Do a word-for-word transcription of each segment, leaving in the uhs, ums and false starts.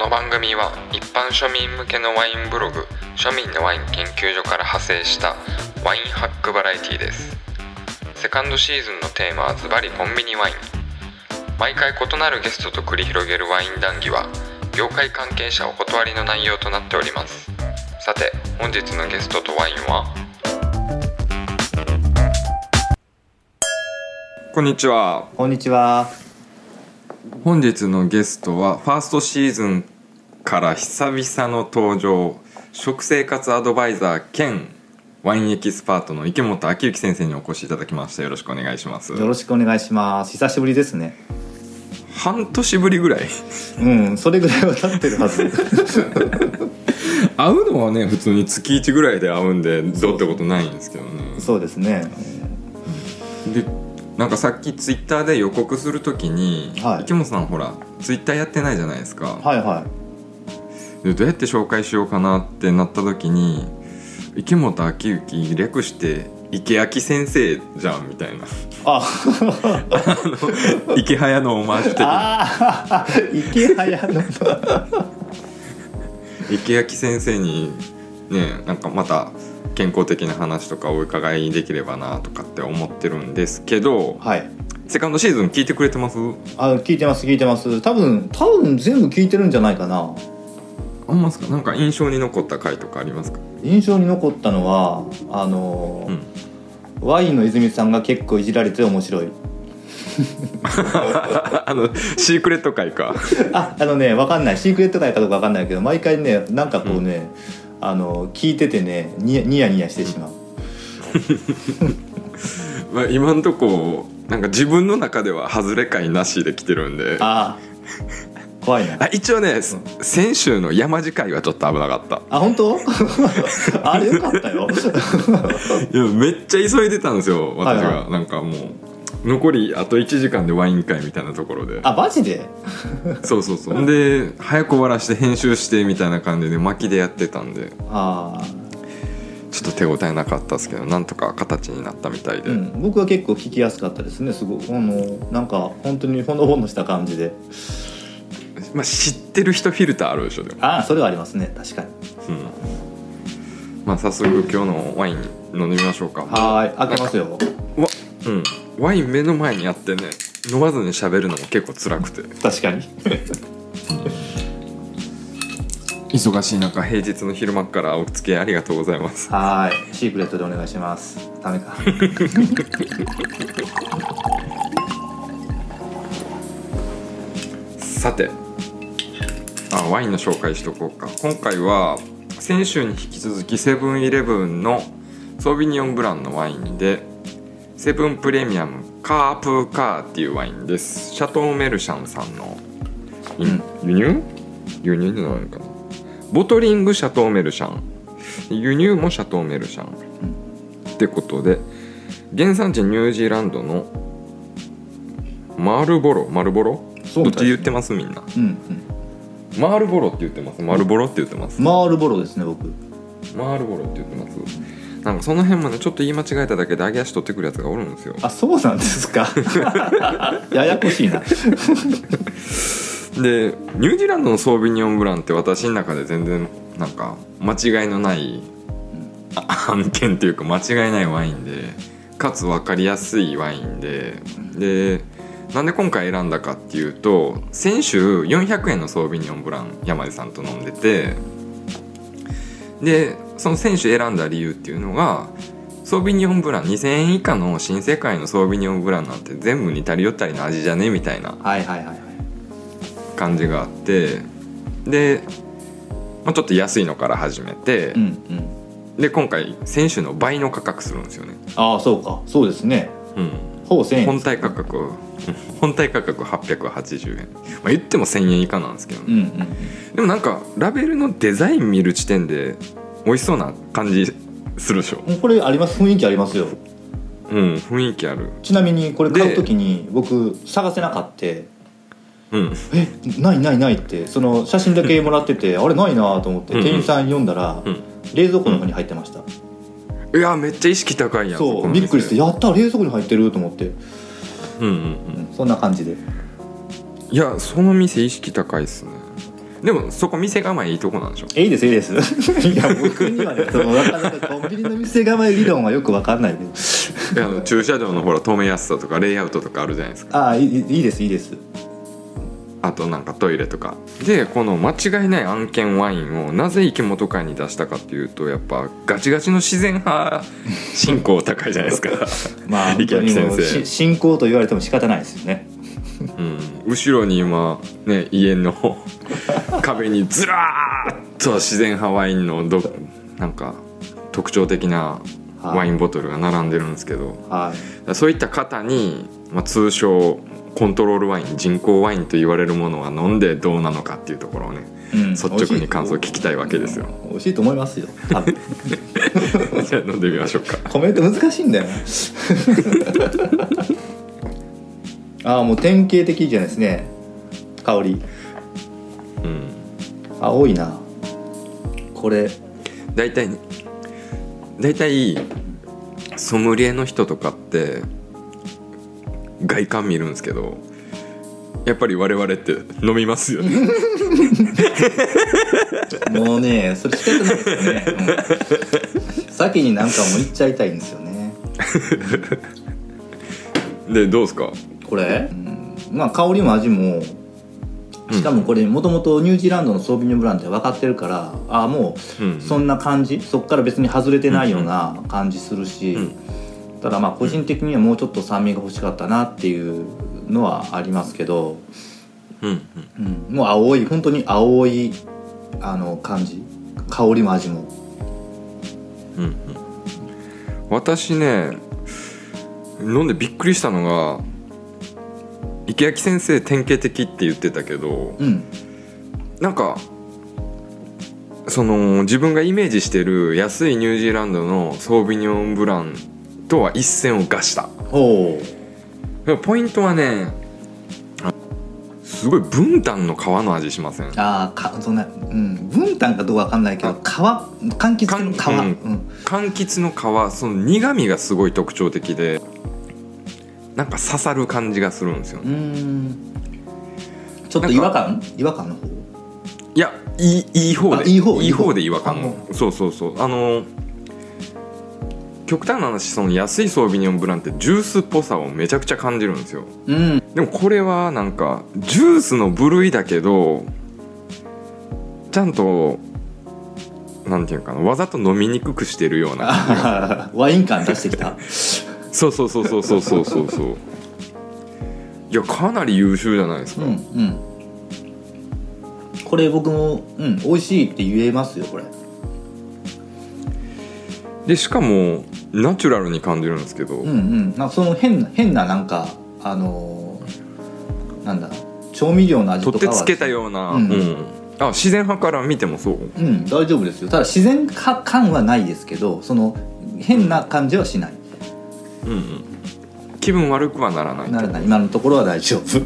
の番組は一般庶民向けのワインブログ庶民のワイン研究所から派生したワインハックバラエティです。セカンドシーズンのテーマはズバリコンビニワイン。毎回異なるゲストと繰り広げるワイン談義は業界関係者お断りの内容となっております。さて本日のゲストとワインは、こんにちは。 こんにちは。 本日のゲストはファーストシーズンから久々の登場、食生活アドバイザー兼ワインエキスパートの池本昭之先生にお越しいただきました。よろしくお願いします。 よろしくお願いします。久しぶりですね。 半年ぶりぐらいうんそれぐらいは経ってるはず会うのはね普通に月いちぐらいで会うんでどうってことないんですけどね。 そうですね。 でなんかさっきツイッターで予告するときに、はい、池本さんほらツイッターやってないじゃないですか。 はいはいでどうやって紹介しようかなってなったときに池本昭之略して池明先生じゃんみたいなああの池早のオマージュ的なあ池早の池明先生にねなんかまた健康的な話とかお伺いできればなとかって思ってるんですけど、 はい、 セカンドシーズン聞いてくれてます？ あ聞いてます聞いてます多分多分全部聞いてるんじゃないかな。 あんますか？なんか印象に残った回とかありますか？ 印象に残ったのはあの、うん、ワインの泉さんが結構いじられて面白いあのシークレット回かああのね分かんないシークレット回かどうか分かんないけど毎回ねなんかこうね、うん、あの聞いててねニヤニヤニヤしてしまうまあ今んとこなんか自分の中では外れ回なしで来てるんであ怖いな。 あ一応ね、うん、先週の山地会はちょっと危なかった。 あ本当あれよかったよいやめっちゃ急いでたんですよ私が、はいはい、なんかもう残りあといちじかんでワイン会みたいなところで。 あマジでそうそうそうで早く終わらして編集してみたいな感じで巻きでやってたんであちょっと手応えなかったですけどなんとか形になったみたいで、うん、 僕は結構聞きやすかったですね。すごいあのなんか本当にほのぼのした感じで、 まあ、知ってる人フィルターあるでしょ。でもあそれはありますね確かに、 うんまあ、早速今日のワイン飲んでみましょうか。 はい開けますよ。 わ、うん、ワイン目の前にあってね飲まずに喋るのも結構辛くて確かに忙しい中平日の昼間からお付き合いありがとうございます。 はいシークレットでお願いします。ダメかさてあワインの紹介しとこうか。今回は先週に引き続きセブンイレブンのソービニオンブランのワインでセブンプレミアムカープーカーっていうワインです。シャトーメルシャンさんの、うん、輸入輸入じゃないのかな。ボトリングシャトーメルシャン輸入もシャトーメルシャン、うん、ってことで原産地ニュージーランドのマールボロマルボロどっち言ってますみんな、うんうん、マールボロって言ってます。マルボロって言ってます。 マールボロですね僕。 マールボロって言ってます。なんかその辺までちょっと言い間違えただけで揚げ足取ってくるやつがおるんですよ。 あそうなんですかややこしいなでニュージーランドのソービニオンブランって私の中で全然なんか間違いのない案件っていうか間違いないワインでかつ分かりやすいワインででなんで今回選んだかっていうと先週よんひゃくえんのソービニオンブラン山地さんと飲んでてでその先週選んだ理由っていうのがソービニオンブランにせんえん以下の新世界のソービニオンブランなんて全部似たり寄ったりの味じゃねみたいな感じがあってで、まあ、ちょっと安いのから始めて、うんうん、で今回先週の倍の価格するんですよね。 ああそうかそうですね、うん、ほぼせんえん本体価格本体価格はっぴゃくはちじゅうえん、まあ、言ってもせんえん以下なんですけど、ねうんうん、でもなんかラベルのデザイン見る時点で美味しそうな感じするでしょ。 これあります雰囲気ありますよ。 うん雰囲気ある。 ちなみにこれ買うときに僕探せなかった、うん、えないないないってその写真だけもらってて、うん、あれないなと思って店員さん読んだら、うん、冷蔵庫の方に入ってました、 うん、いやめっちゃ意識高いやん。 そうびっくりしてやった冷蔵庫に入ってると思って、うんうんうん、そんな感じで。 いやその店意識高いっすね。 でもそこ店構えいいとこなんでしょ。 いいですいいですいや僕にはねそのなかなかコンビニの店構え理論はよく分かんないけどあの駐車場のほら止めやすさとかレイアウトとかあるじゃないですか。 ああいい、いいですいいです。 あとなんかトイレとかで、この間違いない案件ワインをなぜ池本会に出したかっていうと、やっぱガチガチの自然派信仰高いじゃないですかまあ池脇先生信仰と言われても仕方ないですよね、 うん、後ろに今ね家の壁にずらーっと自然派ワインのどなんか特徴的なワインボトルが並んでるんですけど、はい、そういった方に、まあ、通称コントロールワイン、人工ワインと言われるものは飲んでどうなのかっていうところをね、うん、率直に感想を聞きたいわけですよ。 美味しいと思いますよ多分じゃあ飲んでみましょうか。 コメント難しいんだよああもう典型的じゃないですね香り、うん、青いなこれ。 だいたいだいたいソムリエの人とかって外観見るんですけど、やっぱり我々って飲みますよねもうねそれ仕方ないですよね、うん、先になんかもう言っちゃいたいんですよねでどうですかこれ、うん、まあ香りも味も、しかもこれもともとニュージーランドのソービニョンブランって分かってるから、ああもうそんな感じ、うん、そっから別に外れてないような感じするし、うんうん、ただまあ個人的にはもうちょっと酸味が欲しかったなっていうのはありますけど、うんうんうん、もう青い本当に青いあの感じ、香りも味も、 うんうん、私ね飲んでびっくりしたのが、池脇先生典型的って言ってたけど、うん、なんかその自分がイメージしてる安いニュージーランドのソービニョンブランとは一線を画した。おポイントはね、すごいブンタンの皮の味しません？ ああ、そんな、うん、ブンタンかどうか分かんないけど、皮、柑橘の皮、 うんうん、柑橘の皮、その苦味がすごい特徴的で、なんか刺さる感じがするんですよね。うーん、 ちょっと違和感？違和感の方？ いや、いい、いい方で、 いい方、 いい方で違和感の。そうそうそう。あの極端な話、その安いソービニョンブランってジュースっぽさをめちゃくちゃ感じるんですよ、うん、でもこれはなんかジュースの部類だけどちゃんとなんていうかな、わざと飲みにくくしてるような感じがワイン感出してきたそうそうそうそうそうそうそうそういやかなり優秀じゃないですか、うんうん、 これ僕も、うん、美味しいって言えますよこれで。しかもナチュラルに感じるんですけど、うんうん、 なんかその変な変ななんかあのー、なんだ調味料の味とかは取ってつけたような、うんうん、あ自然派から見てもそう、うん、大丈夫ですよ。ただ自然派感はないですけど、その変な感じはしない、 うんうん、気分悪くはならないならない、今のところは大丈夫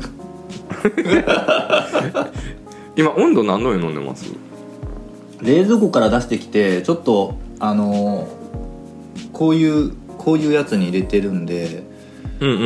今温度何度で飲んでます？ 冷蔵庫から出してきてちょっとあのーこういうこういうやつに入れてるんで、うんうんうんうん、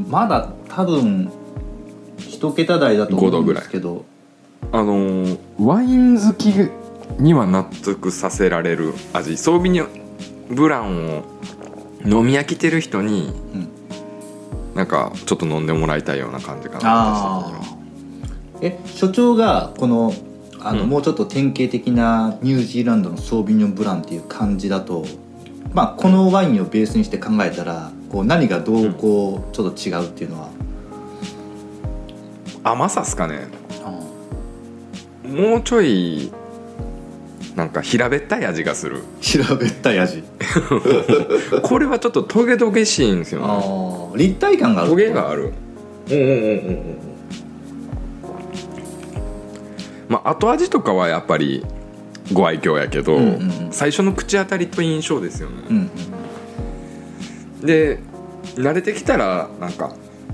まだ多分一桁台だと思うんですけど、 あのー、ワイン好きには納得させられる味。ソービニョンブランを飲み飽きてる人に、うん、なんかちょっと飲んでもらいたいような感じかな。あえ所長がこのあの、うん、もうちょっと典型的なニュージーランドのソービニョンブランっていう感じだと、まあ、このワインをベースにして考えたらこう何がどうこうちょっと違うっていうのは、 うん、甘さっすかね。もうちょいなんか平べったい味がする。 平べったい味これはちょっとトゲトゲしいんですよね。 あ立体感がある。 トゲがある。うんうんうんうん。まあ後味とかはやっぱりご愛嬌やけど、うんうんうん、最初の口当たりと印象ですよね、うんうん、で慣れてきたらなんか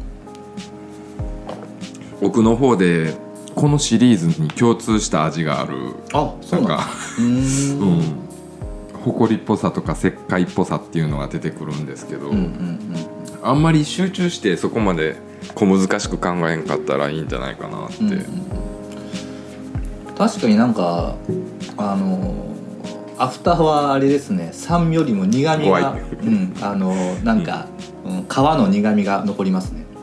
奥の方でこのシリーズに共通した味がある。 あ、そうなんかうーん、うん、 埃っぽさとか石灰っぽさっていうのが出てくるんですけど、うんうんうん、あんまり集中してそこまで小難しく考えんかったらいいんじゃないかなって、うんうん、 確かになんかあのアフターはあれですね、酸よりも苦味が、うん、あのなんか、うん、皮の苦味が残りますね。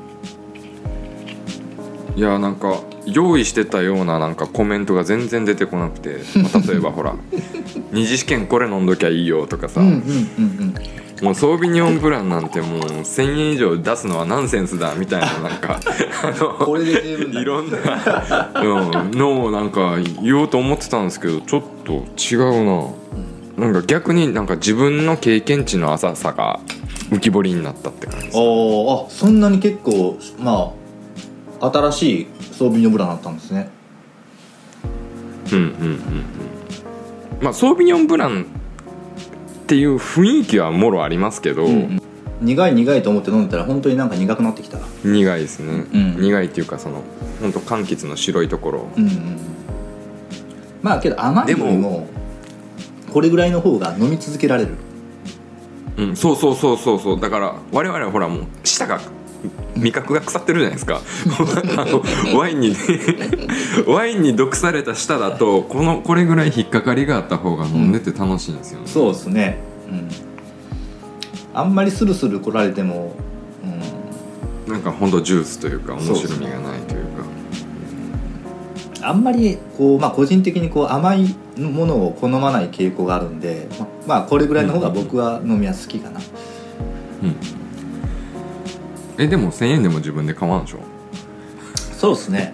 いやなんか用意してたようななんかコメントが全然出てこなくて、まあ、例えばほら二次試験これ飲んどきゃいいよとかさ、うんうんうんうん、もうソービニョンブランなんてもうせんえん以上出すのはナンセンスだみたいななんかあのこれで十分だいろんな、うん、のをなんか言おうと思ってたんですけどちょっと違うな、うん、なんか逆になんか自分の経験値の浅さが浮き彫りになったって感じです。 ああ、そんなに結構まあ新しいソービニョンブランだったんですね。 うんうんうんうん。まあソービニョンブランっていう雰囲気はもろありますけど、うんうん、 苦い苦いと思って飲んでたら本当になんか苦くなってきた。 苦いですね、うん、苦いっていうかその本当柑橘の白いところ、うんうん、 まあけど甘いよりもこれぐらいの方が飲み続けられる。 うん、そうそうそうそうそう。だから我々はほらもう舌が味覚が腐ってるじゃないですかあのワインにワインに毒された舌だとこのこれぐらい引っかかりがあった方が飲んでて楽しいんですよね、 うん、そうですね、うん、あんまりスルスル来られても、 うん、なんかほんとジュースというか面白みがないというか、 あんまりこう、まあ、個人的にこう甘いものを好まない傾向があるんで、ま、まあこれぐらいの方が僕は飲みやすきかな、うん、 えでもせんえんでも自分で買わんでしょ。 そうですね、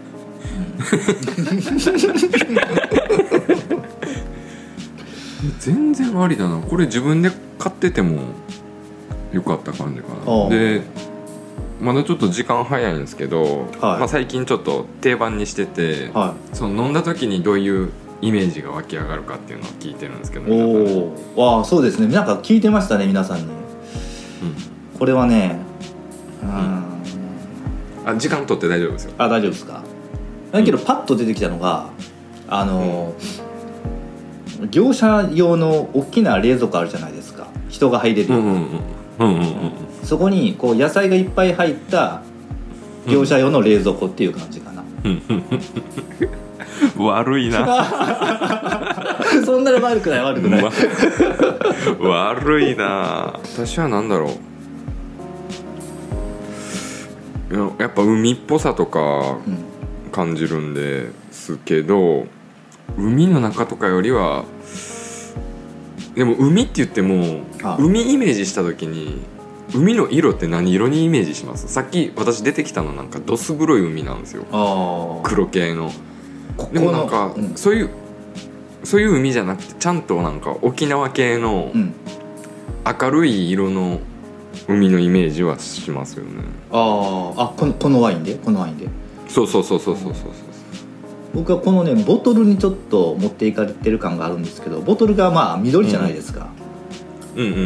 うん、全然ありだな。これ自分で買っててもよかった感じかな。でまだちょっと時間早いんですけど、はいまあ、最近ちょっと定番にしてて、はい、その飲んだ時にどういうイメージが湧き上がるかっていうのを聞いてるんですけど、 おあそうですね、なんか聞いてましたね皆さんに、うん、これはね、うん、 あ時間取って大丈夫ですよ。 あ大丈夫ですか。だけどパッと出てきたのがあの、うん、業者用の大きな冷蔵庫あるじゃないですか、人が入れるような、うんうんうんうん、そこにこう野菜がいっぱい入った業者用の冷蔵庫っていう感じかな、 うん、悪いなそんなに悪くない悪くない、ま、 悪いな。私は何だろう、やっぱ海っぽさとか感じるんですけど、海の中とかよりはでも海って言っても海イメージした時に海の色って何色にイメージします？さっき私出てきたのなんかどす黒い海なんですよ。あ黒系の。でもなんか、うん、そういうそういう海じゃなくてちゃんとなんか沖縄系の明るい色の海のイメージはしますよね。 ああこのこのワインでこのワインで。 そうそうそうそうそうそうそう。 僕はこのねボトルにちょっと持っていかれてる感があるんですけど、ボトルがまあ緑じゃないですか、うんうんうんうん、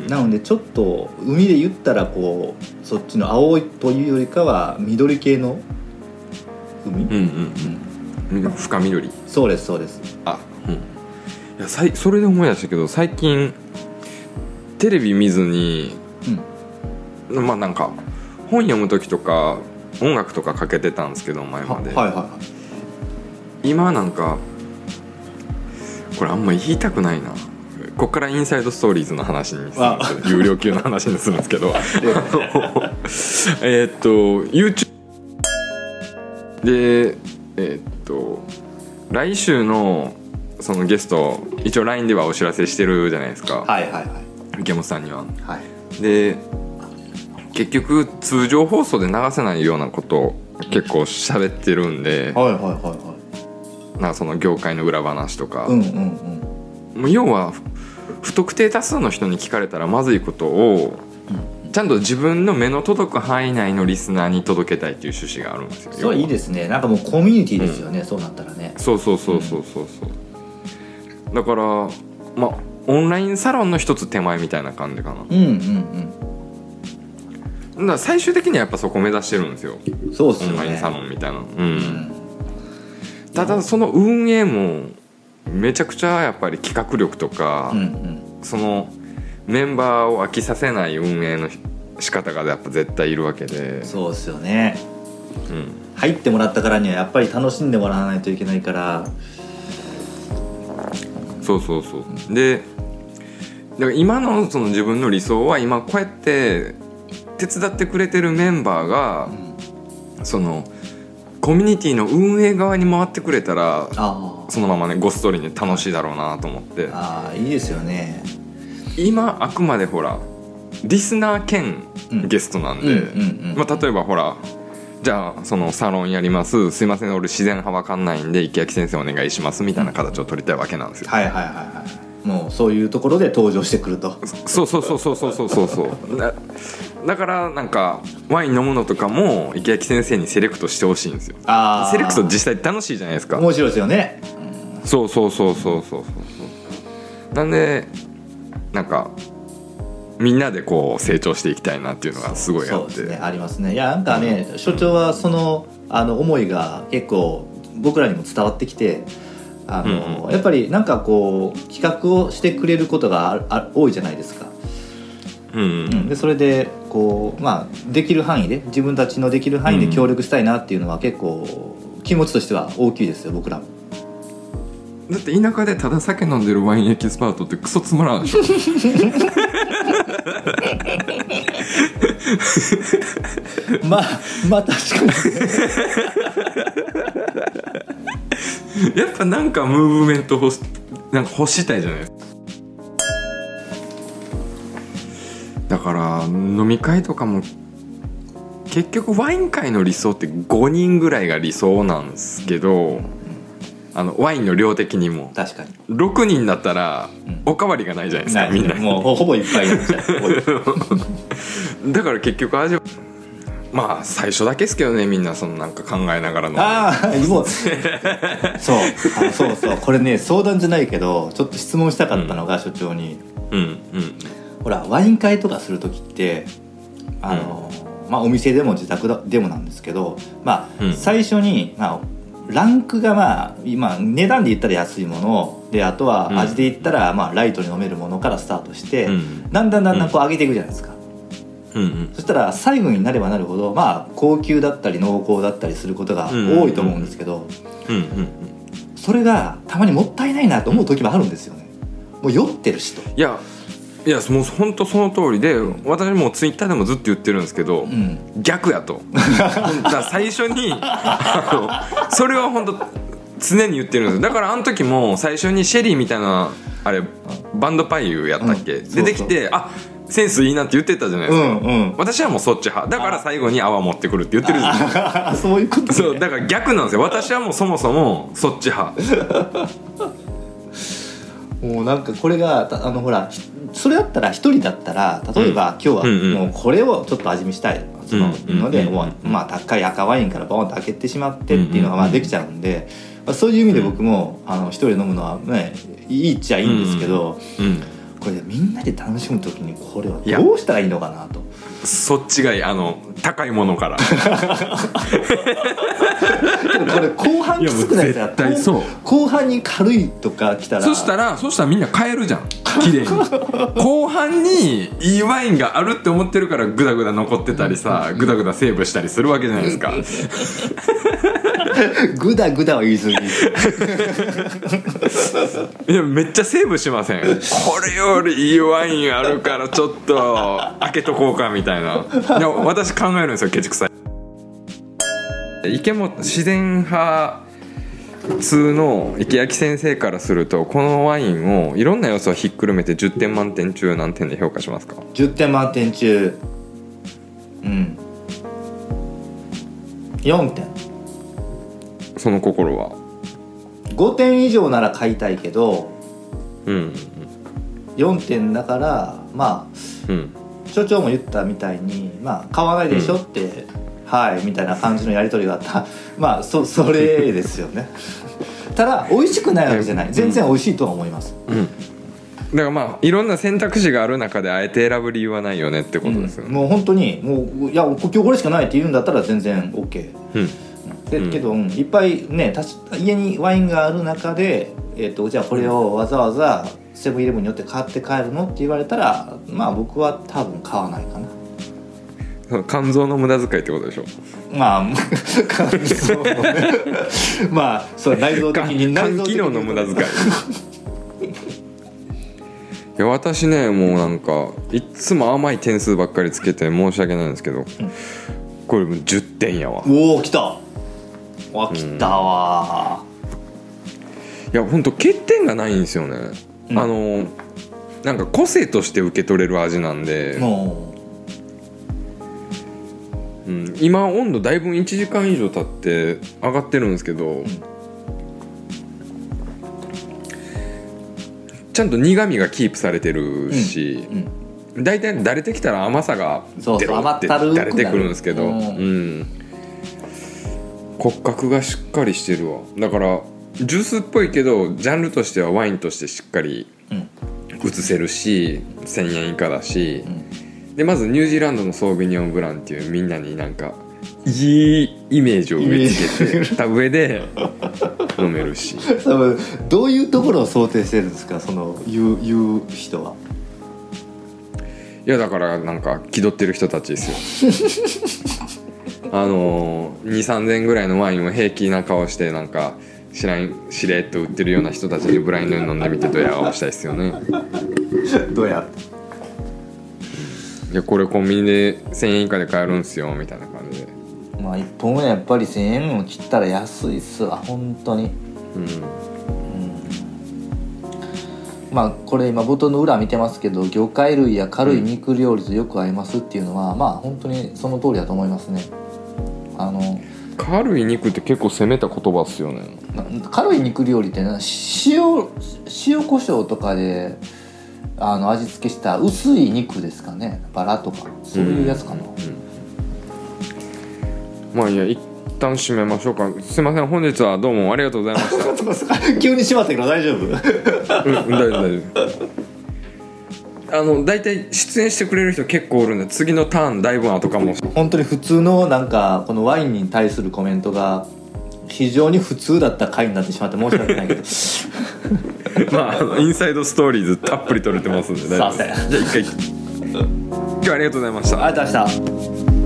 なのでちょっと海で言ったらこうそっちの青いというよりかは緑系の海、うんうんうん、深緑。 そうですそうです。 あ、うん、いやさいそれで思い出したけど最近テレビ見ずに、うん、まあなんか本読む時とか音楽とかかけてたんですけど前まで、はいはいはい、今なんかこれあんま言いたくないな、こっからインサイドストーリーズの話にするんですけど有料級の話にするんですけどえっと YouTube でえー、っと来週のそのゲスト一応 ライン ではお知らせしてるじゃないですか、はいはいはい、池本さんには、はい、で結局通常放送で流せないようなことを結構喋ってるんで、はいはいはいはい、なんかその業界の裏話とか、うんうんうん、もう要は不特定多数の人に聞かれたらまずいことをちゃんと自分の目の届く範囲内のリスナーに届けたいっていう趣旨があるんですよ。 そういいですね。なんかもうコミュニティですよね、うん、そうなったらね。 そうそうそうそうそうそう、うん、だからまあオンラインサロンの一つ手前みたいな感じかな。うんうんうん。だから最終的にはやっぱそこ目指してるんですよ。 そうっすよね。 オンラインサロンみたいな。うん。うん、ただその運営もめちゃくちゃやっぱり企画力とか、うんうん、そのメンバーを飽きさせない運営の仕方がやっぱ絶対いるわけで。 そうですよね、うん、入ってもらったからにはやっぱり楽しんでもらわないといけないから、 そうそうそうでだから今のその自分の理想は今こうやって手伝ってくれてるメンバーが、うん、そのコミュニティの運営側に回ってくれたらそのままねごっそりね楽しいだろうなと思って。 ああいいですよね。 今あくまでほらリスナー兼ゲストなんで、まあ、例えばほらじゃあそのサロンやりますすいません俺自然派わかんないんで池脇先生お願いしますみたいな形を取りたいわけなんですよ、 うん、はいはいはいはいもうそういうところで登場してくるとそうそうそうそうそうそうそうそうだ, だからなんかワイン飲むのとかも池脇先生にセレクトしてほしいんですよ。あセレクト実際楽しいじゃないですか。 面白いですよね、 うん、そうそうそうそうそうそうなんでなんかみんなでこう成長していきたいなっていうのがすごいあって。 そうですねありますね。いやなんかね、うん、所長はそのあの思いが結構僕らにも伝わってきてあの、うんうん、やっぱりなんかこう企画をしてくれることがああ多いじゃないですか、うんうんうん、でそれでこう、まあ、できる範囲で自分たちのできる範囲で協力したいなっていうのは結構気持ちとしては大きいですよ僕らも。 だって田舎でただ酒飲んでるワインエキスパートってクソつまらんでしょまあまあ確かにやっぱなんかムーブメント欲しなんか欲したいじゃないですか。だから飲み会とかも結局ワイン界の理想ってごにんぐらいが理想なんですけどあのワインの量的にも確かにろくにんだったらおかわりがないじゃないですか、うん、みんなもうほぼいっぱいになっちゃうだから結局味はまあ最初だけですけどねみんなそのなんか考えながらのああもうそうあそうそうこれね相談じゃないけどちょっと質問したかったのが、うん、所長に、うんうん、ほらワイン会とかする時ってあの、うんまあ、お店でも自宅でもなんですけど、まあうん、最初に、まあランクがまあ今値段で言ったら安いものであとは味で言ったらまあライトに飲めるものからスタートして、うん、だんだんだんだんこう上げていくじゃないですか、うんうん、そしたら最後になればなるほどまあ高級だったり濃厚だったりすることが多いと思うんですけどそれがたまにもったいないなと思う時もあるんですよね。もう酔ってるしといやいやもう本当その通りで私もツイッターでもずっと言ってるんですけど、うん、逆やとだから最初にあのそれは本当常に言ってるんです。だからあの時も最初にシェリーみたいなあれバンドパイユやったっけ、うん、出てきてあセンスいいなって言ってたじゃないですか、うんうん、私はもうそっち派だから最後に泡持ってくるって言ってるんですそういうこと、ね、 そうだから逆なんですよ。私はもうそもそもそっち派もうなんかこれがあのほらそれだったら一人だったら例えば、うん、今日はもうこれをちょっと味見したいそのので、もうまあ高い赤ワインからボンと開けてしまってっていうのがまあできちゃうんで、まあ、そういう意味で僕もあの一人で飲むのはねいいっちゃいいんですけど、うんうん、これでみんなで楽しむときにこれはどうしたらいいのかなと。 そっちがいいあの高いものからでもこれ後半きつくないですか。絶対そう後半に軽いとか来たらそしたらそしたらみんな買えるじゃん綺麗に後半にいいワインがあるって思ってるからグダグダ残ってたりさグダグダセーブしたりするわけじゃないですかグダグダは言い過ぎいやめっちゃセーブしませんこれよりいいワインあるからちょっと開けとこうかみたいないや私考えるんですよケチくさい池本自然派通の池脇先生からするとこのワインをいろんな要素をひっくるめてじゅってん満点中何点で評価しますか。 じゅってん満点中うんよんてん。 その心はごてん以上なら買いたいけど、うんうん、よんてんだからまあ、うん、所長も言ったみたいにまあ買わないでしょって、うん、はいみたいな感じのやり取りがあったまあ そ, それですよねただ美味しくないわけじゃない、全然美味しいとは思います、うん、 だからまあいろんな選択肢がある中であえて選ぶ理由はないよねってことですよね、 うん、もう本当にもういや今日これしかないって言うんだったら全然 OK、うんでけど、うん、いっぱいね家にワインがある中で、えー、とじゃあこれをわざわざセブンイレブンによって買って帰るのって言われたらまあ僕は多分買わないかな。 肝臓の無駄遣いってことでしょ。 まあ肝臓のねまあそう内臓的に肝機能の無駄遣いいや私ねもうなんかいっつも甘い点数ばっかりつけて申し訳ないんですけど、うん、これもじゅってんやわ。 おお来たわ来たわ、 うん、いやほんと欠点がないんですよね、うん、あのなんか個性として受け取れる味なんで、うん、今温度だいぶいちじかん以上経って上がってるんですけど、うん、ちゃんと苦味がキープされてるし、うんうん、だいたい慣れてきたら甘さがデロって慣れてくるんですけど、うんうん、骨格がしっかりしてるわ。だからジュースっぽいけどジャンルとしてはワインとしてしっかり映せるし、せんえん以下だし、うん、でまずニュージーランドのソービニョンブランっていうみんなになんかいいイメージを植え付けてた上で飲めるしどういうところを想定してるんですか、その言う、言う人は。 いやだからなんか気取ってる人たちですよあのにせんさんぜんえんぐらいのワインを平気な顔してなんかしらんしれっと売ってるような人たちにブラインドに飲んでみてドヤ顔したいですよねドヤいやこれコンビニでせんえん以下で買えるんすよみたいな感じで、 まあいっぽんはやっぱりせんえんを切ったら安いっすわ本当に、うん、うん、まあこれ今ボトルの裏見てますけど、魚介類や軽い肉料理とよく合いますっていうのは、うん、まあ本当にその通りだと思いますね。あの軽い肉って結構攻めた言葉っすよね。 軽い肉料理ってな 塩, 塩コショウとかであの味付けした薄い肉ですかね、バラとかそういうやつかな、うんうん、 まあいや一旦締めましょうか。すいません本日はどうもありがとうございました急に閉まったけど大丈夫うん大丈夫大丈夫あのだいたい出演してくれる人結構おるんで次のターンだいぶ後かも。 本当に普通のなんかこのワインに対するコメントが非常に普通だった回になってしまって申し訳ないけどまあ、あのインサイドストーリーズたっぷり取れてますんで大丈夫です。じゃあ一回今日はありがとうございました。 ありがとうございました。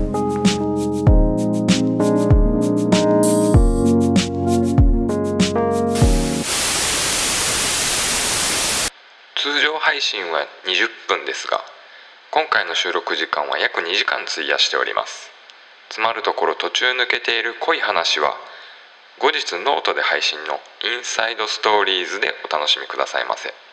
通常配信はにじゅっぷんですが、今回の収録時間は約にじかん費やしております。つまるところ途中抜けている濃い話は後日ノートで配信のインサイドストーリーズでお楽しみくださいませ。